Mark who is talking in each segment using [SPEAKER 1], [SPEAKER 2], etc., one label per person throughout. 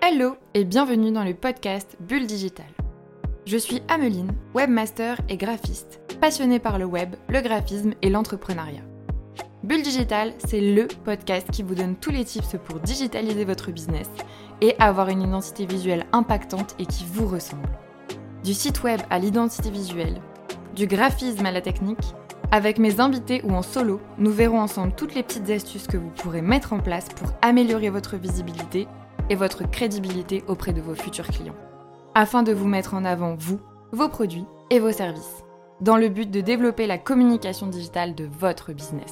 [SPEAKER 1] Hello et bienvenue dans le podcast Bulle Digital. Je suis Ameline, webmaster et graphiste, passionnée par le web, le graphisme et l'entrepreneuriat. Bulle Digital, c'est le podcast qui vous donne tous les tips pour digitaliser votre business et avoir une identité visuelle impactante et qui vous ressemble. Du site web à l'identité visuelle, du graphisme à la technique, avec mes invités ou en solo, nous verrons ensemble toutes les petites astuces que vous pourrez mettre en place pour améliorer votre visibilité et votre crédibilité auprès de vos futurs clients, afin de vous mettre en avant vous, vos produits et vos services, dans le but de développer la communication digitale de votre business.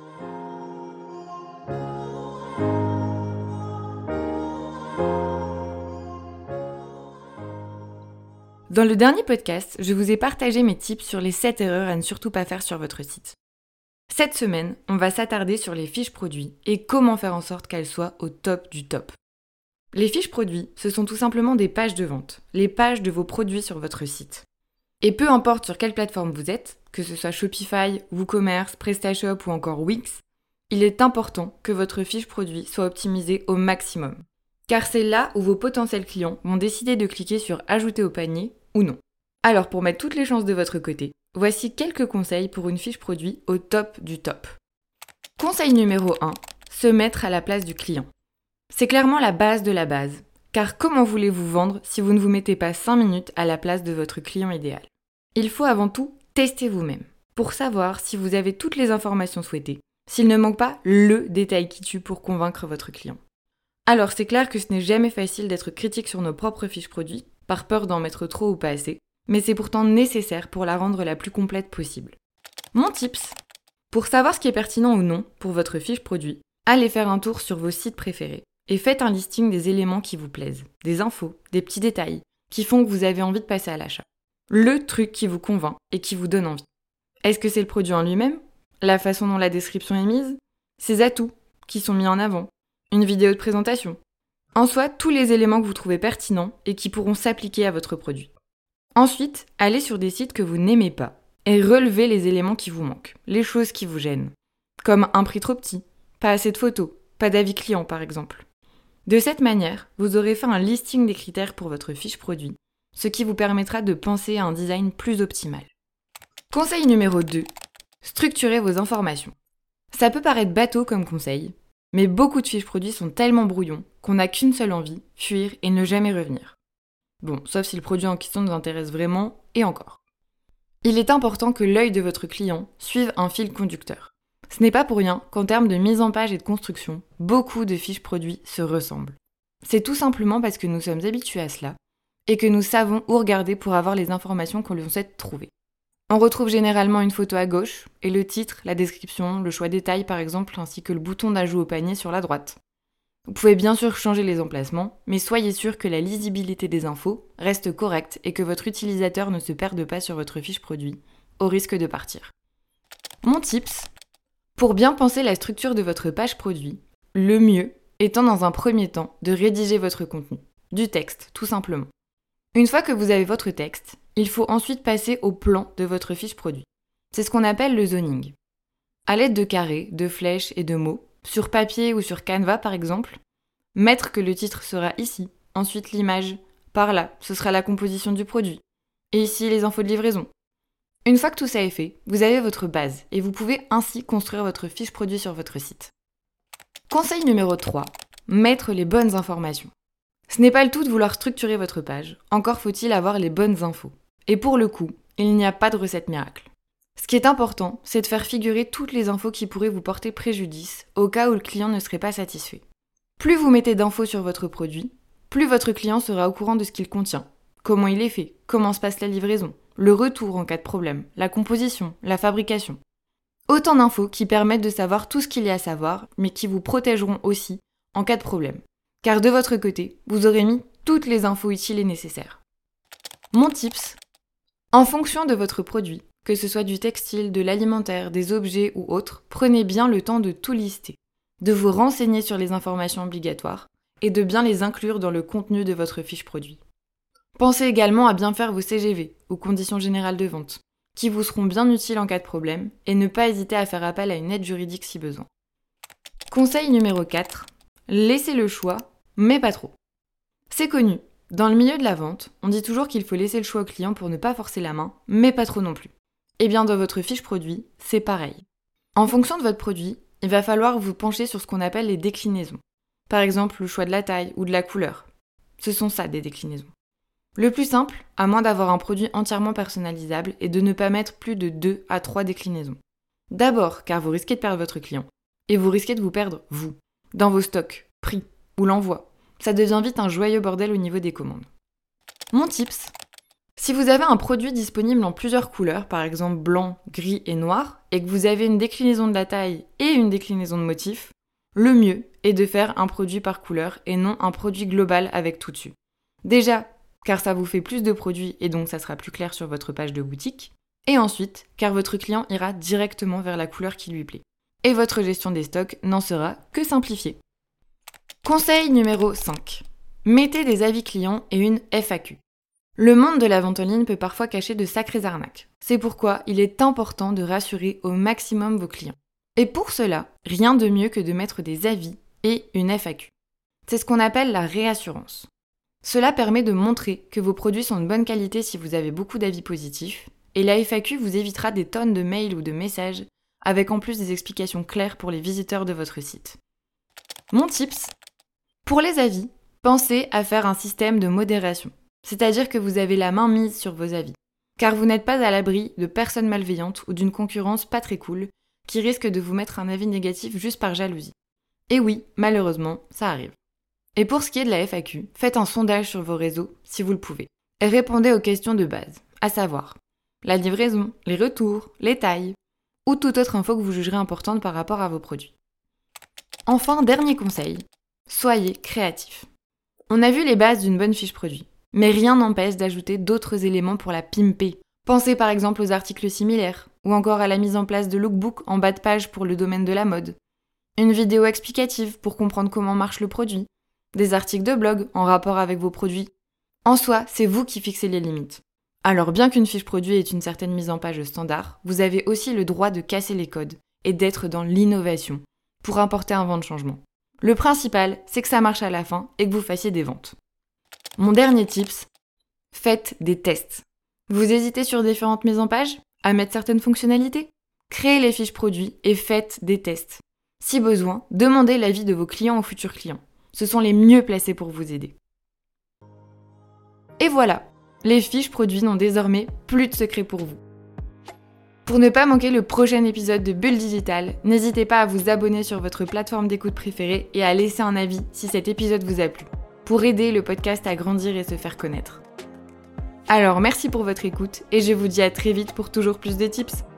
[SPEAKER 1] Dans le dernier podcast, je vous ai partagé mes tips sur les 7 erreurs à ne surtout pas faire sur votre site. Cette semaine, on va s'attarder sur les fiches produits et comment faire en sorte qu'elles soient au top du top. Les fiches produits, ce sont tout simplement des pages de vente, les pages de vos produits sur votre site. Et peu importe sur quelle plateforme vous êtes, que ce soit Shopify, WooCommerce, PrestaShop ou encore Wix, il est important que votre fiche produit soit optimisée au maximum. Car c'est là où vos potentiels clients vont décider de cliquer sur « Ajouter au panier » ou non. Alors pour mettre toutes les chances de votre côté, voici quelques conseils pour une fiche produit au top du top. Conseil numéro 1, se mettre à la place du client. C'est clairement la base de la base, car comment voulez-vous vendre si vous ne vous mettez pas 5 minutes à la place de votre client idéal ? Il faut avant tout tester vous-même, pour savoir si vous avez toutes les informations souhaitées, s'il ne manque pas le détail qui tue pour convaincre votre client. Alors c'est clair que ce n'est jamais facile d'être critique sur nos propres fiches produits, par peur d'en mettre trop ou pas assez, mais c'est pourtant nécessaire pour la rendre la plus complète possible. Mon tips, pour savoir ce qui est pertinent ou non pour votre fiche produit, allez faire un tour sur vos sites préférés et faites un listing des éléments qui vous plaisent, des infos, des petits détails qui font que vous avez envie de passer à l'achat. Le truc qui vous convainc et qui vous donne envie. Est-ce que c'est le produit en lui-même ? La façon dont la description est mise ? Ses atouts qui sont mis en avant ? Une vidéo de présentation ? En soi, tous les éléments que vous trouvez pertinents et qui pourront s'appliquer à votre produit. Ensuite, allez sur des sites que vous n'aimez pas et relevez les éléments qui vous manquent, les choses qui vous gênent, comme un prix trop petit, pas assez de photos, pas d'avis client par exemple. De cette manière, vous aurez fait un listing des critères pour votre fiche produit, ce qui vous permettra de penser à un design plus optimal. Conseil numéro 2, structurez vos informations. Ça peut paraître bateau comme conseil, mais beaucoup de fiches produits sont tellement brouillons qu'on n'a qu'une seule envie, fuir et ne jamais revenir. Bon, sauf si le produit en question nous intéresse vraiment, et encore. Il est important que l'œil de votre client suive un fil conducteur. Ce n'est pas pour rien qu'en termes de mise en page et de construction, beaucoup de fiches produits se ressemblent. C'est tout simplement parce que nous sommes habitués à cela, et que nous savons où regarder pour avoir les informations qu'on lui souhaite trouver. On retrouve généralement une photo à gauche, et le titre, la description, le choix des tailles par exemple, ainsi que le bouton d'ajout au panier sur la droite. Vous pouvez bien sûr changer les emplacements, mais soyez sûr que la lisibilité des infos reste correcte et que votre utilisateur ne se perde pas sur votre fiche produit, au risque de partir. Mon tips, pour bien penser la structure de votre page produit, le mieux étant dans un premier temps de rédiger votre contenu, du texte tout simplement. Une fois que vous avez votre texte, il faut ensuite passer au plan de votre fiche produit. C'est ce qu'on appelle le zoning. À l'aide de carrés, de flèches et de mots, sur papier ou sur Canva par exemple, mettre que le titre sera ici, ensuite l'image, par là, ce sera la composition du produit, et ici les infos de livraison. Une fois que tout ça est fait, vous avez votre base et vous pouvez ainsi construire votre fiche produit sur votre site. Conseil numéro 3, mettre les bonnes informations. Ce n'est pas le tout de vouloir structurer votre page, encore faut-il avoir les bonnes infos. Et pour le coup, il n'y a pas de recette miracle. Ce qui est important, c'est de faire figurer toutes les infos qui pourraient vous porter préjudice au cas où le client ne serait pas satisfait. Plus vous mettez d'infos sur votre produit, plus votre client sera au courant de ce qu'il contient, comment il est fait, comment se passe la livraison, le retour en cas de problème, la composition, la fabrication. Autant d'infos qui permettent de savoir tout ce qu'il y a à savoir, mais qui vous protégeront aussi en cas de problème. Car de votre côté, vous aurez mis toutes les infos utiles et nécessaires. Mon tips, en fonction de votre produit, que ce soit du textile, de l'alimentaire, des objets ou autres, prenez bien le temps de tout lister, de vous renseigner sur les informations obligatoires et de bien les inclure dans le contenu de votre fiche produit. Pensez également à bien faire vos CGV, ou conditions générales de vente, qui vous seront bien utiles en cas de problème, et ne pas hésiter à faire appel à une aide juridique si besoin. Conseil numéro 4, laissez le choix, mais pas trop. C'est connu. Dans le milieu de la vente, on dit toujours qu'il faut laisser le choix au client pour ne pas forcer la main, mais pas trop non plus. Et bien dans votre fiche produit, c'est pareil. En fonction de votre produit, il va falloir vous pencher sur ce qu'on appelle les déclinaisons. Par exemple, le choix de la taille ou de la couleur. Ce sont ça des déclinaisons. Le plus simple, à moins d'avoir un produit entièrement personnalisable, est de ne pas mettre plus de 2 à 3 déclinaisons. D'abord, car vous risquez de perdre votre client. Et vous risquez de vous perdre, vous, dans vos stocks, prix ou l'envoi. Ça devient vite un joyeux bordel au niveau des commandes. Mon tips, si vous avez un produit disponible en plusieurs couleurs, par exemple blanc, gris et noir, et que vous avez une déclinaison de la taille et une déclinaison de motif, le mieux est de faire un produit par couleur et non un produit global avec tout dessus. Déjà, car ça vous fait plus de produits et donc ça sera plus clair sur votre page de boutique. Et ensuite, car votre client ira directement vers la couleur qui lui plaît. Et votre gestion des stocks n'en sera que simplifiée. Conseil numéro 5. Mettez des avis clients et une FAQ. Le monde de la vente en ligne peut parfois cacher de sacrées arnaques. C'est pourquoi il est important de rassurer au maximum vos clients. Et pour cela, rien de mieux que de mettre des avis et une FAQ. C'est ce qu'on appelle la réassurance. Cela permet de montrer que vos produits sont de bonne qualité si vous avez beaucoup d'avis positifs, et la FAQ vous évitera des tonnes de mails ou de messages, avec en plus des explications claires pour les visiteurs de votre site. Mon tips, pour les avis, pensez à faire un système de modération, c'est-à-dire que vous avez la main mise sur vos avis, car vous n'êtes pas à l'abri de personnes malveillantes ou d'une concurrence pas très cool qui risque de vous mettre un avis négatif juste par jalousie. Et oui, malheureusement, ça arrive. Et pour ce qui est de la FAQ, faites un sondage sur vos réseaux, si vous le pouvez, et répondez aux questions de base, à savoir la livraison, les retours, les tailles, ou toute autre info que vous jugerez importante par rapport à vos produits. Enfin, dernier conseil, soyez créatif. On a vu les bases d'une bonne fiche produit, mais rien n'empêche d'ajouter d'autres éléments pour la pimper. Pensez par exemple aux articles similaires, ou encore à la mise en place de lookbook en bas de page pour le domaine de la mode, une vidéo explicative pour comprendre comment marche le produit, des articles de blog en rapport avec vos produits. En soi, c'est vous qui fixez les limites. Alors bien qu'une fiche produit ait une certaine mise en page standard, vous avez aussi le droit de casser les codes et d'être dans l'innovation pour apporter un vent de changement. Le principal, c'est que ça marche à la fin et que vous fassiez des ventes. Mon dernier tips, faites des tests. Vous hésitez sur différentes mises en page, à mettre certaines fonctionnalités ? Créez les fiches produits et faites des tests. Si besoin, demandez l'avis de vos clients ou futurs clients. Ce sont les mieux placés pour vous aider. Et voilà, les fiches produits n'ont désormais plus de secret pour vous. Pour ne pas manquer le prochain épisode de Bulle Digital, n'hésitez pas à vous abonner sur votre plateforme d'écoute préférée et à laisser un avis si cet épisode vous a plu, pour aider le podcast à grandir et se faire connaître. Alors merci pour votre écoute et je vous dis à très vite pour toujours plus de tips.